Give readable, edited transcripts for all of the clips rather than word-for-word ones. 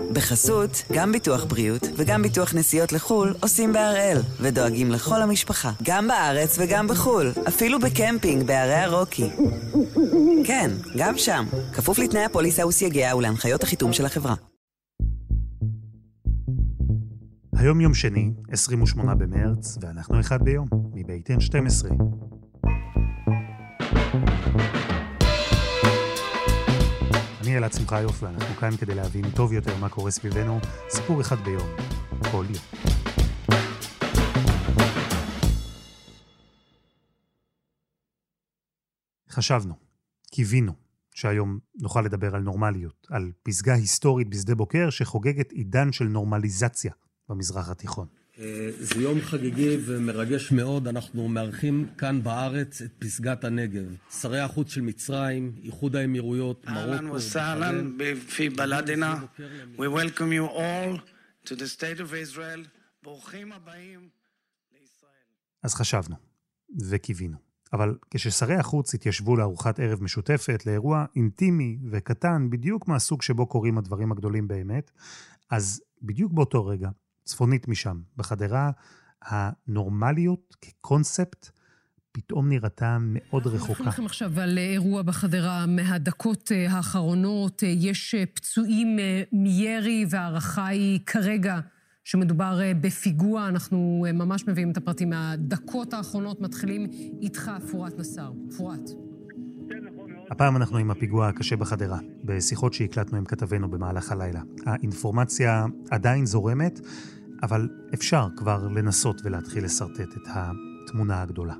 בחסות, גם ביטוח בריאות וגם ביטוח נסיעות לחול עושים בהראל, ודואגים לכל המשפחה, גם בארץ וגם בחול, אפילו בקמפינג בערי הרוקי. כן, גם שם, כפוף לתנאי הפוליסה וסייגיה ולהנחיות החיתום של החברה. היום יום שני, 28 במרץ, ואנחנו אחד ביום, מבית N12. אני אלעד שמחיוף, ואנחנו כאן כדי להבין טוב יותר מה קורה סביבנו, סיפור אחד ביום, כל יום. חשבנו, קיווינו, שהיום נוכל לדבר על נורמליות, על פסגה היסטורית בשדה בוקר שחוגגת עידן של נורמליזציה במזרח התיכון. זה יום חגיגי ומרגש מאוד. אנחנו מארחים כאן בארץ את פסגת הנגב. שרי החוץ של מצרים, איחוד האמירויות, מרוקו, אהלן וסהלן בפי בלדנה. We welcome you all to the state of Israel. ברוכים הבאים לישראל. אז חשבנו וקיווינו. אבל כששרי החוץ התיישבו לארוחת ערב משותפת, לאירוע אינטימי וקטן, בדיוק מהסוג שבו קורים הדברים הגדולים באמת, אז בדיוק באותו רגע, צפונית משם, בחדרה, הנורמליות כקונספט פתאום נראתה מאוד רחוקה. אנחנו לכם עכשיו על אירוע בחדרה מהדקות האחרונות. יש פצועים מירי, והערכה היא כרגע שמדובר בפיגוע. אנחנו ממש מביאים את הפרטים מהדקות האחרונות. מתחילים איתך, פורת נסר. פורת. הפעם אנחנו עם הפיגוע הקשה בחדרה, בשיחות שהקלטנו עם כתבנו במהלך הלילה. האינפורמציה עדיין זורמת, אבל אפשר כבר לנסות ולהתחיל לסרטט את התמונה הגדולה.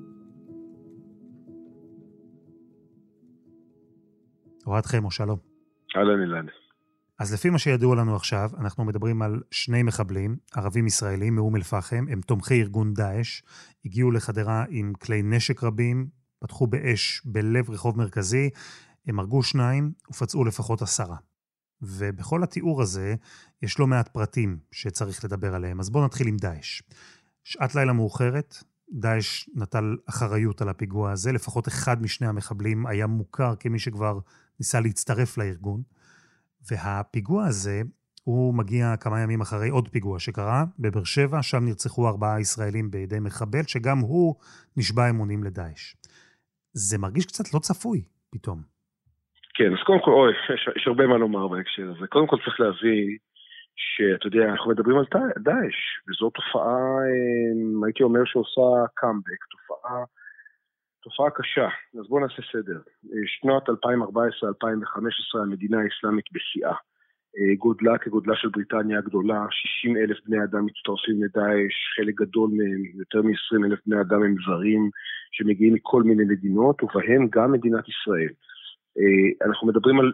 אוהד חמו, שלום. אהלן אילן. אז לפי מה שידוע לנו עכשיו, אנחנו מדברים על שני מחבלים, ערבים ישראלים מאום אל-פחם, הם תומכי ארגון דאעש, הגיעו לחדרה עם כלי נשק רבים, פתחו באש בלב רחוב מרכזי, הם הרגו 2 ופצעו לפחות 10. ובכל התיאור הזה יש לא מעט פרטים שצריך לדבר עליהם. אז בואו נתחיל עם דאעש. שעת לילה מאוחרת, דאעש נטל אחריות על הפיגוע הזה, לפחות אחד משני המחבלים היה מוכר כמי שכבר ניסה להצטרף לארגון, והפיגוע הזה הוא מגיע כמה ימים אחרי עוד פיגוע שקרה בבאר שבע, שם נרצחו 4 ישראלים בידי מחבל שגם הוא נשבע אמונים לדאעש. זה מרגיש קצת לא צפוי פתאום. כן, אז קודם כל, יש הרבה מה לומר בהקשר הזה. קודם כל צריך להביא שאתה יודע, אנחנו מדברים על דאעש, וזו תופעה, הייתי אומר שעושה קאמבק, תופעה קשה. אז בואו נעשה סדר. שנות 2014-2015 המדינה האסלאמית בשיאה. גודלה כגודלה של בריטניה הגדולה, 60,000 בני אדם מצטרפים לדאעש, חלק גדול מהם, יותר מ-20,000 בני אדם הם זרים שמגיעים מכל מיני מדינות, ובהם גם מדינת ישראל. אנחנו מדברים על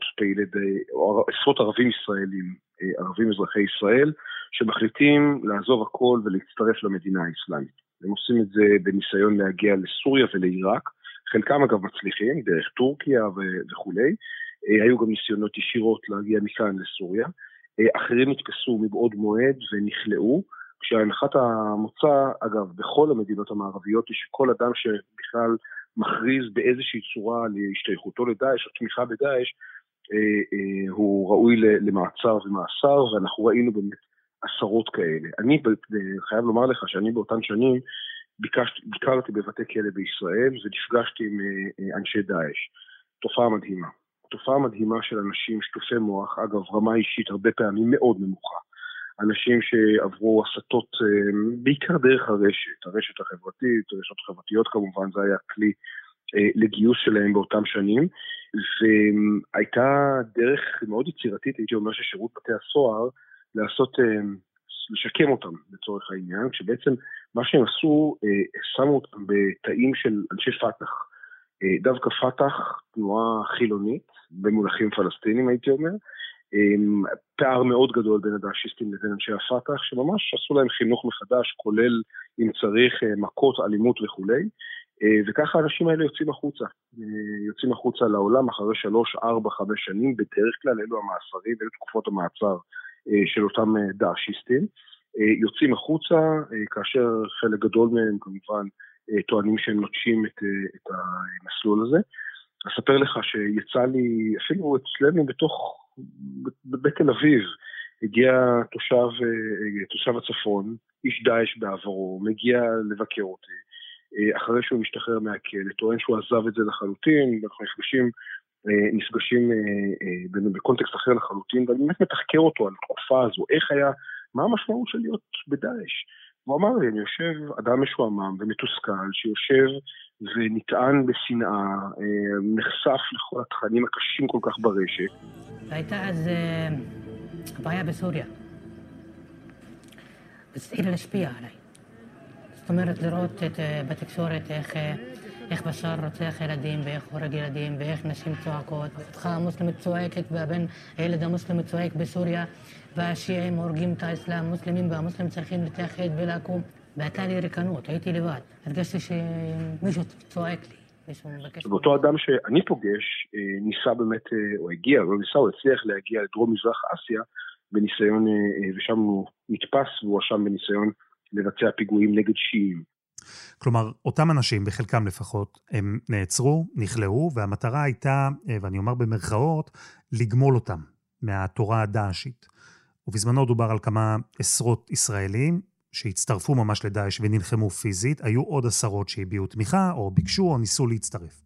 עשרות ערבים ישראלים, ערבים אזרחי ישראל, שמחליטים לעזוב הכל ולהצטרף למדינה האסלאמית. הם עושים את זה בניסיון להגיע לסוריה ולעיראק, חלקם אגב מצליחים, דרך טורקיה וכו'. היו גם ניסיונות ישירות להגיע מכאן לסוריה. אחרים התכסו מבעוד מועד ונכלאו, כשהנחת המוצא, אגב, בכל המדינות המערביות, היא שכל אדם שבכלל מכריז באיזושהי צורה להשתייכותו לדאעש, או תמיכה בדאעש, הוא ראוי למעצר ומאסר, ואנחנו ראינו באמת עשרות כאלה. אני חייב לומר לך שאני באותן שנים ביקרתי בבתי כלא בישראל, ונפגשתי עם אנשי דאעש. תופעה מדהימה של אנשים שטופי מוח, אגב רמה אישית הרבה פעמים מאוד נמוכה. אנשים שעברו הסתות בעיקר דרך הרשת החברתית, רשתות חברתיות כמובן, זה היה כלי לגיוס שלהם באותם שנים, והייתה דרך מאוד יצירתית, הייתי אומר ששירות בתי הסוהר, לשקם אותם לצורך העניין, כשבעצם מה שהם עשו, שמו אותם בתאים של אנשי פתח, דווקא פתח, תנועה חילונית, במונחים פלסטינים הייתי אומר, פער מאוד גדול בין הדאעשיסטים לבין אנשי הפתח, שממש עשו להם חינוך מחדש, כולל אם צריך מכות, אלימות וכו'. וככה האנשים האלה יוצאים החוצה לעולם אחרי 3, 4, 5 שנים, בדרך כלל אלו המאסרים, אלו תקופות המעצר של אותם דאעשיסטים, יוצאים החוצה, כאשר חלק גדול מהם כמובן טוענים שהם נוטשים את המסלול הזה. אספר לך שיצא לי, אפילו אצלנו בתוך בבית תל אביב, הגיע תושב הצפון, איש דאעש בעברו, מגיע לבקר אותי, אחרי שהוא משתחרר מהכלא, טוען שהוא עזב את זה לחלוטין, אנחנו נפגשים בקונטקסט אחר לחלוטין, ואני באמת מתחקר אותו על התקופה הזו, איך היה, מה המשמעות של להיות בדאעש. הוא אמר לי, אני יושב אדם משועמם ומתוסכל, שיושב ונטען בשנאה, נחשף לכל התכנים הקשים כל כך ברשת. הייתה אז הבעיה בסוריה. והתחילה להשפיע עליי. זאת אומרת, לראות בתקשורת איך בשאר רוצח ילדים, ואיך הורג ילדים, ואיך נשים צועקות. והפתחה המוסלמית צועקת, הילד המוסלמי צועק בסוריה, והשיעים הורגים את האסלאם, המוסלמים והמוסלמים צריכים להתאחד ולקום. והייתה לי ריקנות, הייתי לבד. הרגשתי שמישהו צועק לי. ואותו אדם שאני פוגש, ניסה באמת, או הגיע, לא ניסה, הוא הצליח להגיע לדרום מזרח אסיה, בניסיון, ושם הוא נתפס, והוא שם בניסיון לבצע פיגועים נגד שיעים. כלומר, אותם אנשים, בחלקם לפחות, הם נעצרו, נכלאו, והמטרה הייתה, ואני אומר במרכאות, לגמול אותם מהתורה הדאעשית. ובזמנו דובר על כמה עשרות ישראלים שהצטרפו ממש לדאעש ונלחמו פיזית, היו עוד עשרות שהביעו תמיכה, או ביקשו או ניסו להצטרף.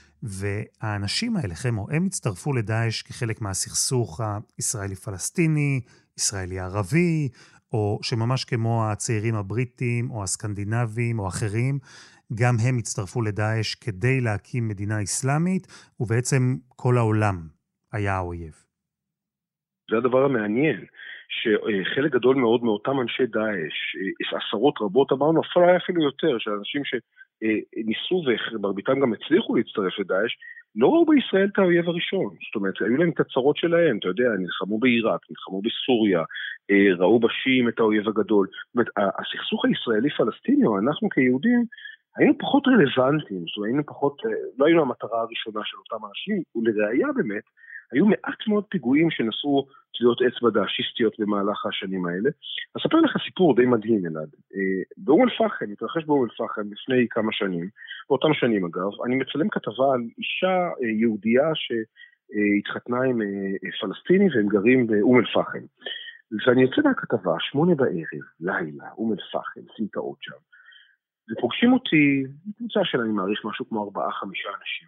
והאנשים האלה, חמו, הם הצטרפו לדאעש כחלק מהסכסוך הישראלי-פלסטיני, ישראלי-ערבי, או שממש כמו הצעירים הבריטים, או הסקנדינבים, או אחרים, גם הם הצטרפו לדאעש כדי להקים מדינה אסלאמית, ובעצם כל העולם היה האויב. זה הדבר המעניין, שחלק גדול מאוד מאותם אנשי דאעש, עשרות רבות אמרנו, אפילו יותר, שאנשים שניסו ומרביתם גם הצליחו להצטרף לדאעש, לא ראו בישראל את האויב הראשון, זאת אומרת, היו להם את הצרות שלהם, אתה יודע, נלחמו בעיראק, נלחמו בסוריה, ראו בשיעים את האויב הגדול, זאת אומרת, הסכסוך הישראלי-פלסטיני, או אנחנו כיהודים, היינו פחות רלוונטיים, זאת אומרת, לא היינו המטרה הראשונה של אותם אנשים, ולראיה באמת, היו מעט מאוד פיגועים שנשאו טביעות אצבע דאעשיסטיות במהלך השנים האלה. אספר לך סיפור די מדהים, אלעד. באום אל-פחם, התרחש באום אל-פחם לפני כמה שנים, באותם שנים אגב, אני מצלם כתבה על אישה יהודייה שהתחתנה עם פלסטיני והם גרים באום אל-פחם. ואני יוצא מהכתבה, 8 בערב, לילה, אום אל-פחם, סמטאות שם. ופוגשים אותי, קבוצה של אני מעריך משהו כמו 4-5 אנשים.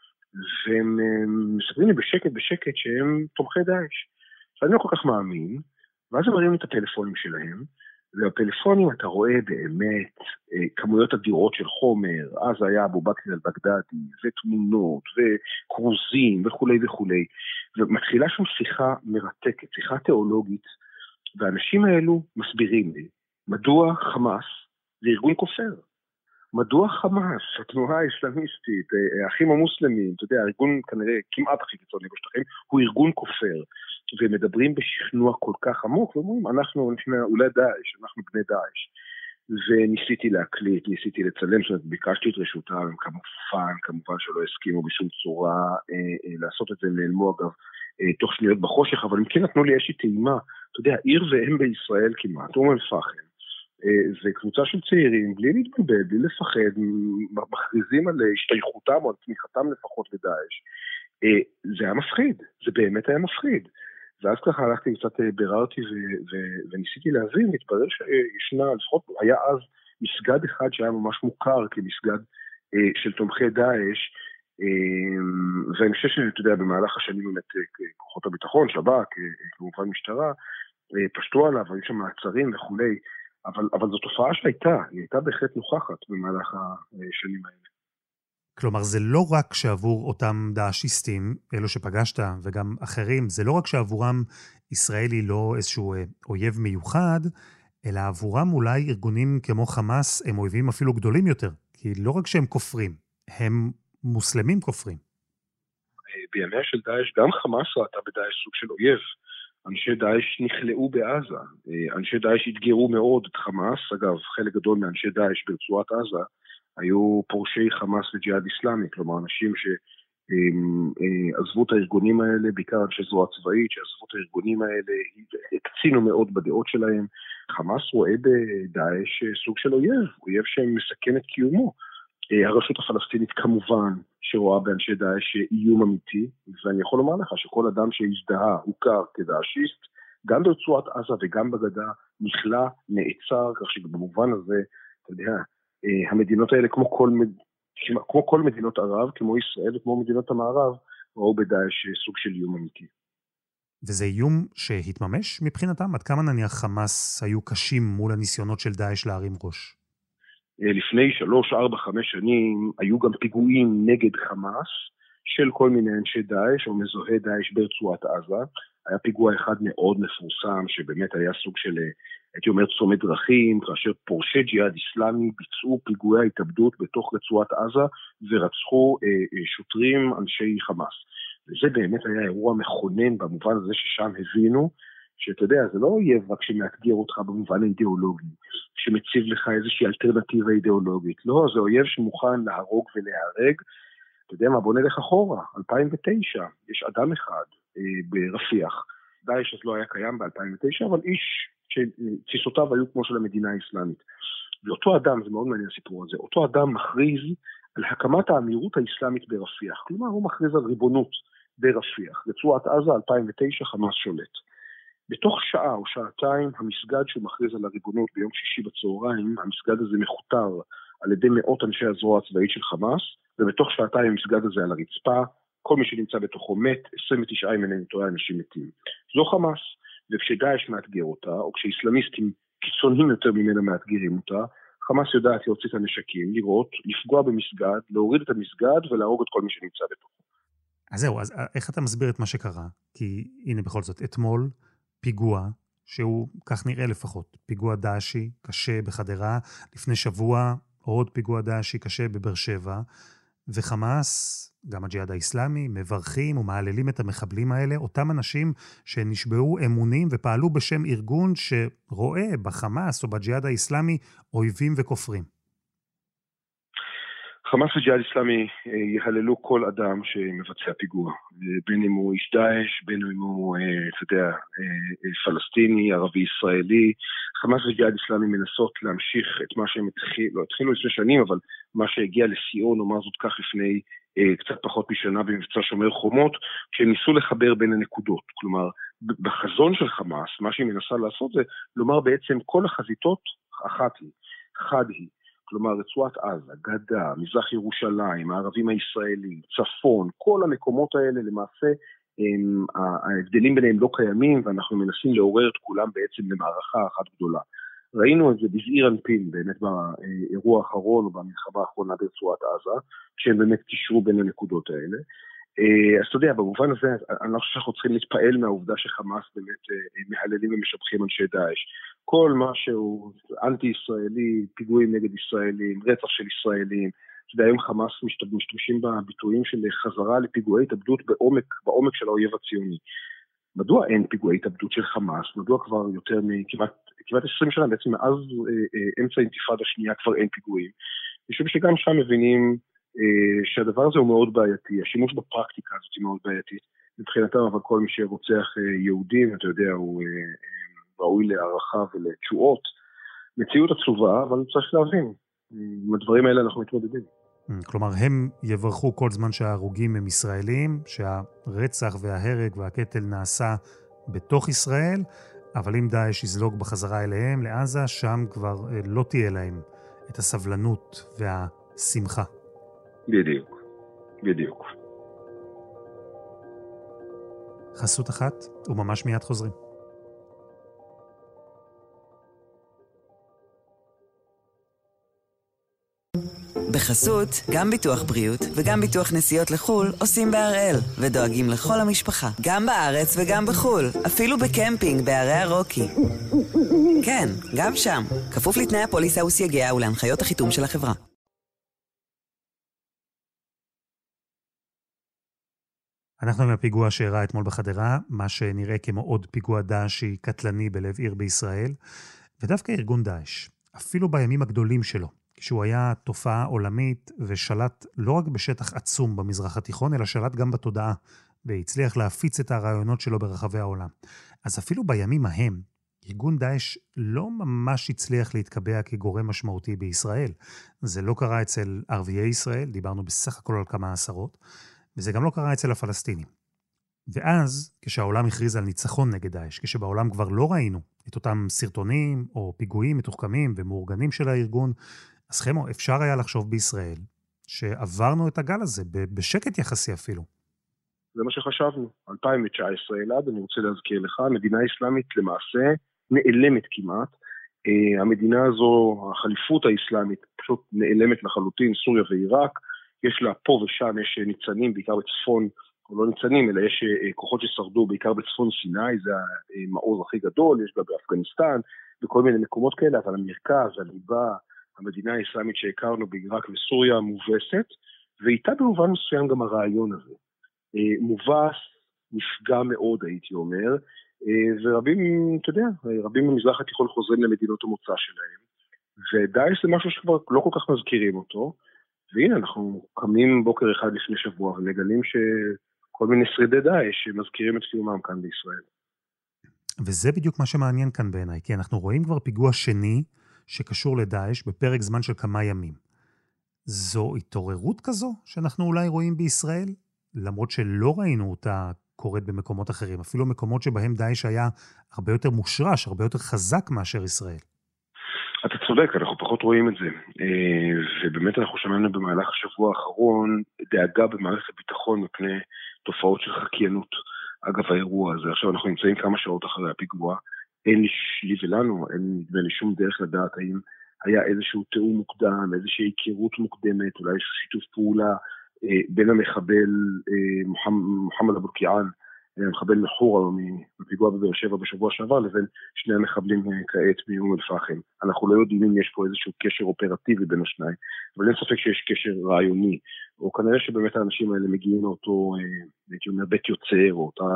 והם מספרים לי בשקט שהם תומכי דאעש. שאני לא כל כך מאמין, ואז הם מראים את הטלפונים שלהם, ובפלאפונים אתה רואה באמת כמויות אדירות של חומר, אז היה אבו בכר אל-בגדדי, ותמונות, וקרוזים וכולי וכולי, ומתחילה שם שיחה מרתקת, שיחה תיאולוגית, והאנשים האלו מסבירים לי, מדוע חמאס זה ארגון כופר? מדוע חמאס, התנועה האסלאמיסטית, האחים המוסלמים, אתה יודע, הארגון כנראה כמעט הכי קיצוני בשטחים, הוא ארגון כופר, ומדברים בשכנוע כל כך עמוק, ואומרים, אנחנו אולי דאעש, אנחנו בני דאעש. וניסיתי להקליט, ניסיתי לצלם, זאת אומרת, ביקשתי את רשותם, הם כמובן שלא הסכימו בשום צורה לעשות את זה, נעלמו אגב, תוך שניות בחושך, אבל הם כן נתנו לי איזושהי טעימה, אתה יודע, עיר והם בישראל כמעט, אום אל-פחם. זה קבוצה של צעירים, בלי להתבלבל, בלי לפחד, מכריזים על השתייכותם או על תמיכתם לפחות לדאעש. זה היה מפחיד, זה באמת היה מפחיד. ואז ככה הלכתי קצת, ביררתי וניסיתי להבין, מתברר שישנה, לפחות היה אז מסגד אחד שהיה ממש מוכר כמסגד של תומכי דאעש, ואני חושב שאתה יודע, במהלך השנים באמת כוחות הביטחון, שב"כ, כמובן משטרה, פשטו עליו, היו שם מעצרים וכולי, אבל זו תופעה שהייתה, היא הייתה בהחלט נוכחת במהלך השנים האלה. כלומר, זה לא רק שעבור אותם דאעשיסטים, אלו שפגשת וגם אחרים, זה לא רק שעבורם ישראל היא לא איזשהו אויב מיוחד, אלא עבורם אולי ארגונים כמו חמאס הם אויבים אפילו גדולים יותר, כי לא רק שהם כופרים, הם מוסלמים כופרים. בימיה של דאעש, גם חמאס ראתה בדאעש סוג של אויב. אנשי דאעש נכלאו בעזה, אנשי דאעש התגרו מאוד את חמאס, אגב, חלק גדול מאנשי דאעש ברצועת עזה, היו פורשי חמאס וג'יהאד איסלאמי, כלומר אנשים שעזבו את הארגונים האלה, בעיקר אנשי זרוע צבאית, שעזבו את הארגונים האלה, הקצינו מאוד בדעות שלהם. חמאס רואה בדאעש סוג של אויב, אויב שמסכן את קיומו. הרשות הפלסטינית כמובן שרואה באנשי דאעש איום אמיתי, ואני יכול לומר לך שכל אדם שהזדהה, הוכר כדאעשיסט, גם ברצועת עזה וגם בגדה, נכלה, נעצר, כך שבמובן הזה, אתה יודע, המדינות האלה כמו כל מדינות ערב, כמו ישראל וכמו מדינות המערב, ראו בדאעש סוג של איום אמיתי. וזה איום שהתממש מבחינתם? עד כמה נניח חמאס היו קשים מול הניסיונות של דאעש להרים ראש? לפני 3, 4, 5 שנים היו גם פיגועים נגד חמאס של כל מיני אנשי דאעש או מזוהי דאעש ברצועת עזה. היה פיגוע אחד מאוד מפורסם שבאמת היה סוג של, הייתי אומר, צומת דרכים, כאשר פורשי ג'יהאד איסלאמי ביצעו פיגועי התאבדות בתוך רצועת עזה ורצחו שוטרים אנשי חמאס. וזה באמת היה אירוע מכונן במובן הזה ששם הבינו שאתה יודע, זה לא אויב רק שמאתגר אותך במובן האידיאולוגי, שמציב לך איזושהי אלטרנטיבה אידיאולוגית. לא, זה אויב שמוכן להרוג ולהרג. אתה יודע מה, בוא נלך אחורה, 2009, יש אדם אחד ברפיח, דאעש אז לא היה קיים ב-2009, אבל איש שתפיסותיו היו כמו של המדינה האסלאמית. ואותו אדם, זה מאוד מעניין הסיפור הזה, אותו אדם מכריז על הקמת האמירות האסלאמית ברפיח. כלומר, הוא מכריז על ריבונות ברפיח. רצועת עזה, 2009, חמאס שולט. בתוך שעה או שעתיים, המסגד שהוא מכריז על הריבונות ביום שישי בצהריים, המסגד הזה מכותר על ידי מאות אנשי הזרוע הצבאית של חמאס, ובתוך שעתיים המסגד הזה על הרצפה, כל מי שנמצא בתוכו מת, 29 מנהים תורה אנשים מתים. זו חמאס, וכשדאעש מאתגר אותה, או כשאסלאמיסטים קיצוניים יותר ממנה מאתגרים אותה, חמאס יודעת להוציא את הנשקים, לראות, לפגוע במסגד, להוריד את המסגד ולהרוג את כל מי שנמצא בתוכו. אז זהו, אז איך אתה מסביר את מה שקרה? כי הנה בכל זאת, אתמול פיגוע, שהוא כך נראה לפחות, פיגוע דאעשי קשה בחדרה, לפני שבוע עוד פיגוע דאעשי קשה בבאר שבע, וחמאס, גם הג'יהאד האסלאמי, מברכים ומעללים את המחבלים האלה, אותם אנשים שנשבעו אמונים ופעלו בשם ארגון שרואה בחמאס או בג'יהאד האסלאמי אויבים וכופרים. חמאס וג'יהאד אסלאמי יהללו כל אדם שמבצע פיגוע, בין אם הוא איש דאעש, בין אם הוא, אתה יודע, פלסטיני, ערבי ישראלי. חמאס וג'יהאד אסלאמי מנסות להמשיך את מה שהם התחילו לפני שנים, אבל מה שהגיע לסיום, נאמר זאת כך לפני קצת פחות משנה במבצע שומר חומות, כשהם ניסו לחבר בין הנקודות. כלומר, בחזון של חמאס, מה שהיא מנסה לעשות זה לומר בעצם כל החזיתות אחת היא, חד היא. כלומר, רצועת עזה, גדה, מזרח ירושלים, הערבים הישראלים, צפון, כל המקומות האלה למעשה, ההבדלים ביניהם לא קיימים, ואנחנו מנסים לעורר את כולם בעצם למערכה אחת גדולה. ראינו את זה בזעיר אנפין, באמת באירוע האחרון, או במלחמה האחרונה ברצועת עזה, כשהם באמת קישרו בין הנקודות האלה. אז אתה יודע, במובן הזה, אני לא חושב שאנחנו צריכים להתפעל מהעובדה שחמאס באמת מהללים ומשבחים אנשי דאעש. כל מה שהוא אנטי-ישראלי, פיגועים נגד ישראלים, רצח של ישראלים, אתה יודע, היום חמאס משתמשים בביטויים של חזרה לפיגועי התאבדות בעומק של האויב הציוני. מדוע אין פיגועי התאבדות של חמאס? מדוע כבר יותר כמעט 20 שנה, בעצם מאז אמצע האינתיפאדה השנייה כבר אין פיגועים? משום שגם שם מבינים שהדבר הזה הוא מאוד בעייתי, השימוש בפרקטיקה הזאת היא מאוד בעייתית, מבחינתם אבל כל מי שרוצח יהודים, אתה יודע, הוא ראוי להערכה ולתשואות, מציאות עצובה, אבל צריך להבין, עם הדברים האלה אנחנו מתמודדים. כלומר, הם יברכו כל זמן שההרוגים הם ישראלים, שהרצח וההרג והקטל נעשה בתוך ישראל, אבל אם דאעש יזלוג בחזרה אליהם, לעזה, שם כבר לא תהיה להם את הסבלנות והשמחה. בדיוק, בדיוק. חסות אחת, וממש מיד חוזרים. בחסות, גם ביטוח בריאות וגם ביטוח נסיעות לחול עושים בהראל, ודואגים לכל המשפחה, גם בארץ וגם בחול, אפילו בקמפינג בערי הרוקי. כן, גם שם, כפוף לתנאי הפוליסה וסייגיה ולהנחיות החיתום של החברה. אנחנו עם הפיגוע שאירע אתמול בחדרה, מה שנראה כמו עוד פיגוע דאעשי קטלני בלב עיר בישראל, ודווקא ארגון דאעש, אפילו בימים הגדולים שלו, כשהוא היה תופעה עולמית ושלט לא רק בשטח עצום במזרח התיכון, אלא שלט גם בתודעה, והצליח להפיץ את הרעיונות שלו ברחבי העולם. אז אפילו בימים ההם, ארגון דאעש לא ממש הצליח להתקבע כגורם משמעותי בישראל. זה לא קרה אצל ערביי ישראל, דיברנו בסך הכל על כמה עשרות, וזה גם לא קרה אצל הפלסטינים. ואז, כשהעולם הכריז על ניצחון נגד דאעש, כשבעולם כבר לא ראינו את אותם סרטונים או פיגועים מתוחכמים ומאורגנים של הארגון, אז חמו, אפשר היה לחשוב בישראל שעברנו את הגל הזה, בשקט יחסי אפילו. זה מה שחשבנו. 2019, אלעד, אני רוצה להזכיר לך, המדינה האסלאמית למעשה נעלמת כמעט. המדינה הזו, החליפות האסלאמית, פשוט נעלמת לחלוטין, סוריה ועיראק. יש לה פה ושם, יש ניצנים, בעיקר בצפון, או לא ניצנים, אלא יש כוחות ששרדו בעיקר בצפון סיני, זה המעוז הכי גדול, יש גם באפגניסטן, בכל מיני מקומות כאלה, אבל המרכז, הליבה, המדינה האסלאמית שהכרנו בעיראק וסוריה מובסת, ואיתה במובן מסוים גם הרעיון הזה. מובס, נפגע מאוד הייתי אומר, ורבים, אתה יודע, רבים במזרח התיכון חוזרים למדינות המוצא שלהם, ודאעש זה משהו שכבר לא כל כך מזכירים אותו, והנה אנחנו קמים בוקר אחד לפני שבוע ומגלים שכל מיני שרידי דאעש מזכירים את קיומם כאן בישראל. וזה בדיוק מה שמעניין כאן בעיניי, כי אנחנו רואים כבר פיגוע שני שקשור לדאעש בפרק זמן של כמה ימים. זו התעוררות כזו שאנחנו אולי רואים בישראל, למרות שלא ראינו אותה קורית במקומות אחרים, אפילו מקומות שבהם דאעש היה הרבה יותר מושרש, הרבה יותר חזק מאשר ישראל. אתה צודק, אנחנו פחות רואים את זה, ובאמת אנחנו שמענו במהלך השבוע האחרון דאגה במערכת הביטחון מפני תופעות של חקיינות. אגב האירוע הזה, עכשיו אנחנו נמצאים כמה שעות אחרי הפיגוע, אין לי ולנו, אין לי שום דרך לדעת האם היה איזשהו תיאום מוקדם, איזושהי היכרות מוקדמת, אולי איזשהו שיתוף פעולה בין המחבל מוחמד אבו אלקיעאן, המחבל מחורה מפיגוע בבאר שבע בשבוע שעבר, לבין שני המחבלים כעת מאום אל-פחם. אנחנו לא יודעים אם יש פה איזשהו קשר אופרטיבי בין השניים, אבל אין ספק שיש קשר רעיוני, או כנראה שבאמת האנשים האלה מגיעים לאותו, הייתי אומר, בית יוצר, או אותה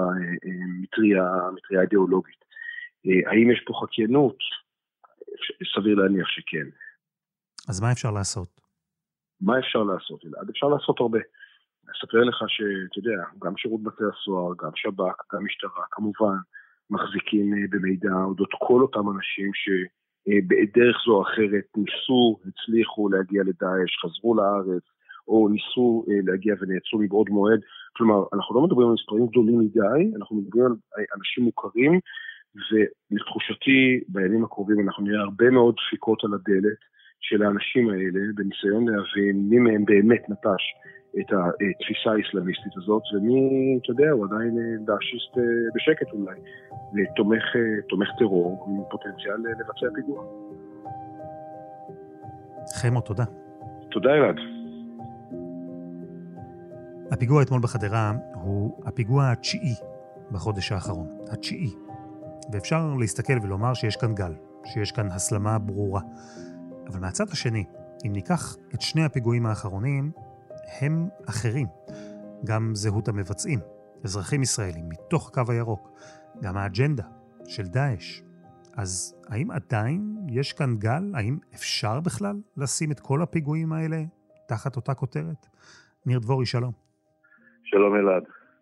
מטריה אידיאולוגית. האם יש פה חקיינות? סביר להניח שכן. אז מה אפשר לעשות? מה אפשר לעשות? אלעד, אפשר לעשות הרבה. אספר לך שאתה יודע, גם שירות בתי הסוהר, גם שב"כ, גם משטרה, כמובן, מחזיקים במידע אודות כל אותם אנשים שבדרך זו או אחרת ניסו, הצליחו להגיע לדאעש, חזרו לארץ, או ניסו להגיע ונעצרו מבעוד מועד. כלומר, אנחנו לא מדברים על מספרים גדולים מדי, אנחנו מדברים על אנשים מוכרים, ולתחושתי בימים הקרובים אנחנו נראה הרבה מאוד דפיקות על הדלת של האנשים האלה, בניסיון להבין מי מהם באמת נטש את התפיסה האסלאמיסטית הזאת, ומי, אתה יודע, הוא עדיין דאעשיסט בשקט אולי, תומך טרור עם פוטנציאל לבצע פיגוע. חמו, תודה. תודה אלעד. הפיגוע אתמול בחדרה הוא הפיגוע התשיעי בחודש האחרון, התשיעי. ואפשר להסתכל ולומר שיש כאן גל, שיש כאן הסלמה ברורה. אבל מהצד השני, אם ניקח את שני הפיגועים האחרונים, הם אחרים. גם זהות המבצעים, אזרחים ישראלים מתוך הקו הירוק, גם האג'נדה של דאעש. אז האם עדיין יש כאן גל? האם אפשר בכלל לשים את כל הפיגועים האלה תחת אותה כותרת? ניר דבורי, שלום. שלום אלעד.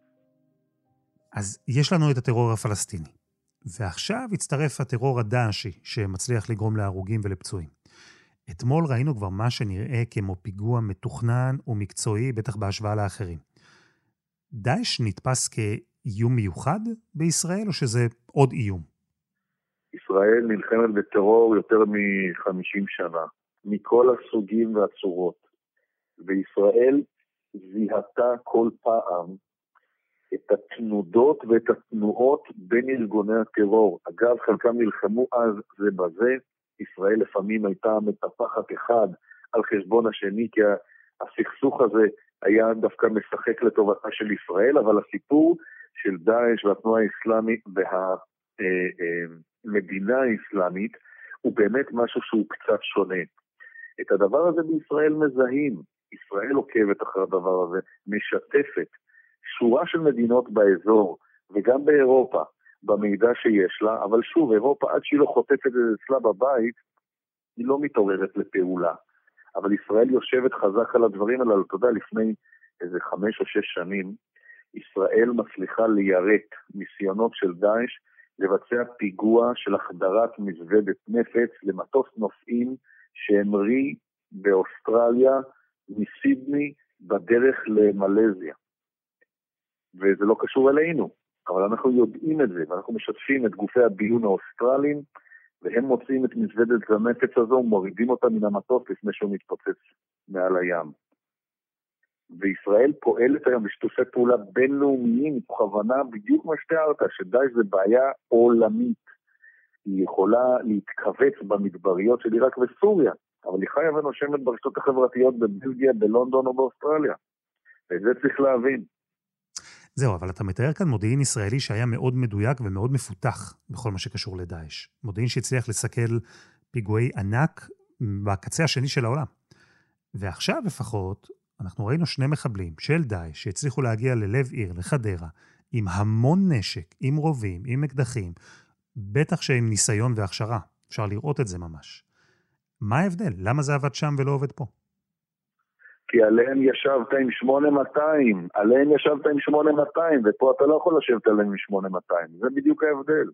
אז יש לנו את הטרור הפלסטיני. ועכשיו הצטרף הטרור הדאעשי שמצליח לגרום להרוגים ולפצועים. אתמול ראינו כבר מה שנראה כמו פיגוע מתוכנן ומקצועי, בטח בהשוואה לאחרים. דאעש נתפס כאיום מיוחד בישראל, או שזה עוד איום? ישראל נלחמת בטרור יותר מ-50 שנה, מכל הסוגים והצורות. וישראל זיהתה כל פעם את התנודות ואת התנועות בין ארגוני הטרור. אגב, חלקם נלחמו אז זה בזה, ישראל לפעמים הייתה מטפחת אחד על חשבון השני, כי הסכסוך הזה היה דווקא משחק לטובתה של ישראל, אבל הסיפור של דאעש והתנועה האסלאמית והמדינה האסלאמית הוא באמת משהו שהוא קצת שונה. את הדבר הזה בישראל מזהים, ישראל עוקבת אחרי הדבר הזה, משתפת שורה של מדינות באזור וגם באירופה במידע שיש לה, אבל שוב, אירופה עד שהיא לא חוטפת את זה אצלה בבית, היא לא מתעוררת לפעולה. אבל ישראל יושבת חזק על הדברים הללו. אתה יודע, לפני איזה 5 או 6 שנים, ישראל מצליחה ליירט ניסיונות של דאעש לבצע פיגוע של החדרת מזוודת נפץ למטוס נוסעים שהמריא באוסטרליה מסידני בדרך למלזיה. וזה לא קשור אלינו, אבל אנחנו יודעים את זה, ואנחנו משתפים את גופי הביון האוסטרליים, והם מוצאים את מזוודת הנפץ הזו ומורידים אותה מן המטוס לפני שהוא מתפוצץ מעל הים. וישראל פועלת היום בשיתופי פעולה בינלאומיים, בכוונה בדיוק מה שתיארת, שדאעש זה בעיה עולמית. היא יכולה להתכווץ במדבריות של עיראק וסוריה, אבל היא חיה ונושמת ברשתות החברתיות בבלגיה, בלונדון או באוסטרליה. ואת זה צריך להבין. זהו, אבל אתה מתאר כאן מודיעין ישראלי שהיה מאוד מדויק ומאוד מפותח בכל מה שקשור לדאעש. מודיעין שהצליח לסכל פיגועי ענק בקצה השני של העולם. ועכשיו לפחות אנחנו ראינו 2 מחבלים של דאעש שהצליחו להגיע ללב עיר, לחדרה, עם המון נשק, עם רובים, עם אקדחים, בטח שעם ניסיון והכשרה. אפשר לראות את זה ממש. מה ההבדל? למה זה עבד שם ולא עובד פה? כי עליהם ישבת עם 8200, ופה אתה לא יכול לשבת עליהם עם 8200, זה בדיוק ההבדל.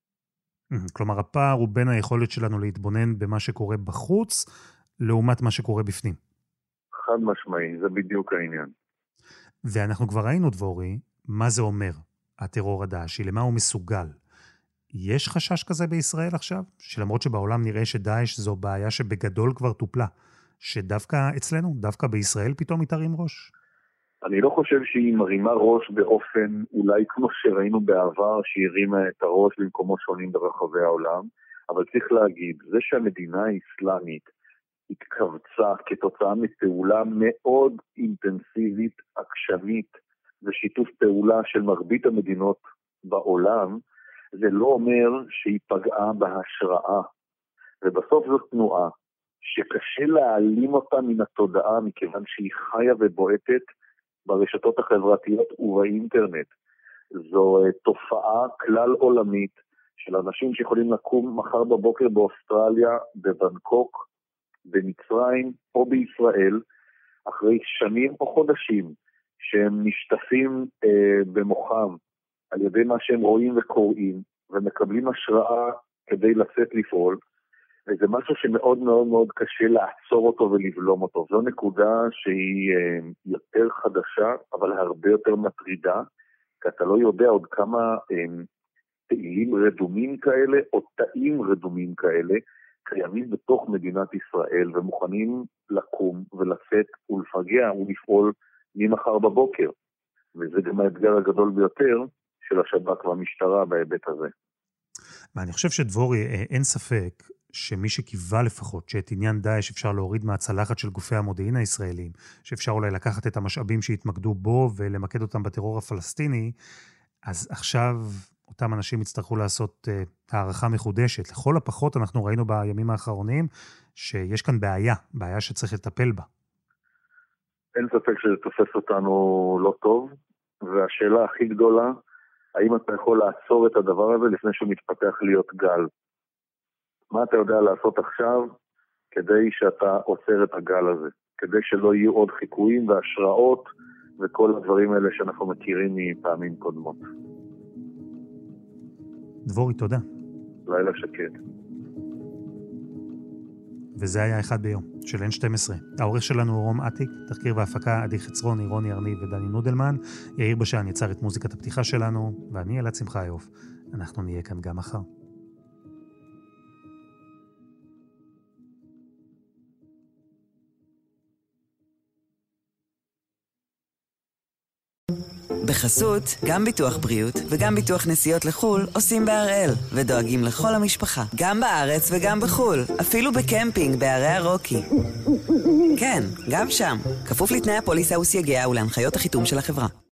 כלומר, הפער הוא בין היכולת שלנו להתבונן במה שקורה בחוץ, לעומת מה שקורה בפנים. חד משמעי, זה בדיוק העניין. ואנחנו כבר ראינו, דבורי, מה זה אומר, הטרור הדאעשי, למה הוא מסוגל. יש חשש כזה בישראל עכשיו? שלמרות שבעולם נראה שדאעש זו בעיה שבגדול כבר טופלה, שדווקא אצלנו, דווקא בישראל פתאום מתרים ראש? אני לא חושב שהיא מרימה ראש באופן, אולי כמו שראינו בעבר, שהיא הרימה את הראש במקומות שונים ברחבי העולם, אבל צריך להגיד, זה שהמדינה האסלאמית התכווצה כתוצאה מפעולה מאוד אינטנסיבית, עקשנית, ושיתוף פעולה של מרבית המדינות בעולם, זה לא אומר שהיא פגעה בהשראה. ובסוף זו תנועה שקשה להעלים אותה מן התודעה, מכיוון שהיא חיה ובועטת ברשתות החברתיות ובאינטרנט. זו תופעה כלל עולמית של אנשים שיכולים לקום מחר בבוקר באוסטרליה, בבנקוק, במצרים או בישראל, אחרי שנים או חודשים שהם נשטפים במוחם על ידי מה שהם רואים וקוראים, ומקבלים השראה כדי לצאת לפעול, וזה משהו שמאוד מאוד מאוד קשה לעצור אותו ולבלום אותו. זו נקודה שהיא יותר חדשה, אבל הרבה יותר מטרידה, כי אתה לא יודע עוד כמה פעילים רדומים כאלה, או תאים רדומים כאלה, קיימים בתוך מדינת ישראל, ומוכנים לקום ולצאת ולפגע ולפעול ממחר בבוקר. וזה גם האתגר הגדול ביותר של השב"כ והמשטרה בהיבט הזה. ואני חושב שדבורי, אין ספק שמי שקיווה לפחות שאת עניין דאעש אפשר להוריד מהצלחת של גופי המודיעין הישראלים, שאפשר אולי לקחת את המשאבים שהתמקדו בו ולמקד אותם בטרור הפלסטיני, אז עכשיו אותם אנשים יצטרכו לעשות הערכה מחודשת. לכל הפחות אנחנו ראינו בימים האחרונים שיש כאן בעיה שצריך לטפל בה. אין ספק שזה תופס אותנו לא טוב, והשאלה הכי גדולה, האם אתה יכול לעצור את הדבר הזה לפני שהוא מתפתח להיות גל? מה אתה יודע לעשות עכשיו כדי שאתה עוצר את הגל הזה? כדי שלא יהיו עוד חיקויים והשראות וכל הדברים האלה שאנחנו מכירים מפעמים קודמות. דבורי, תודה. לילה שקט. וזה היה אחד ביום, של N12. העורך שלנו הוא רום עתיק, תחקיר והפקה עדי חצרוני, רוני ארני ודני נודלמן. יאיר בשן יצר את מוזיקת הפתיחה שלנו, ואני אלעד שמחיוף. אנחנו נהיה כאן גם מחר. בחסות, גם ביטוח בריאות וגם ביטוח נסיעות לחול עושים בהראל, ודואגים לכל המשפחה, גם בארץ וגם בחול, אפילו בקמפינג בערי הרוקי. כן, גם שם, כפוף לתנאי הפוליסה וסייגיה ולהנחיות החיתום של החברה.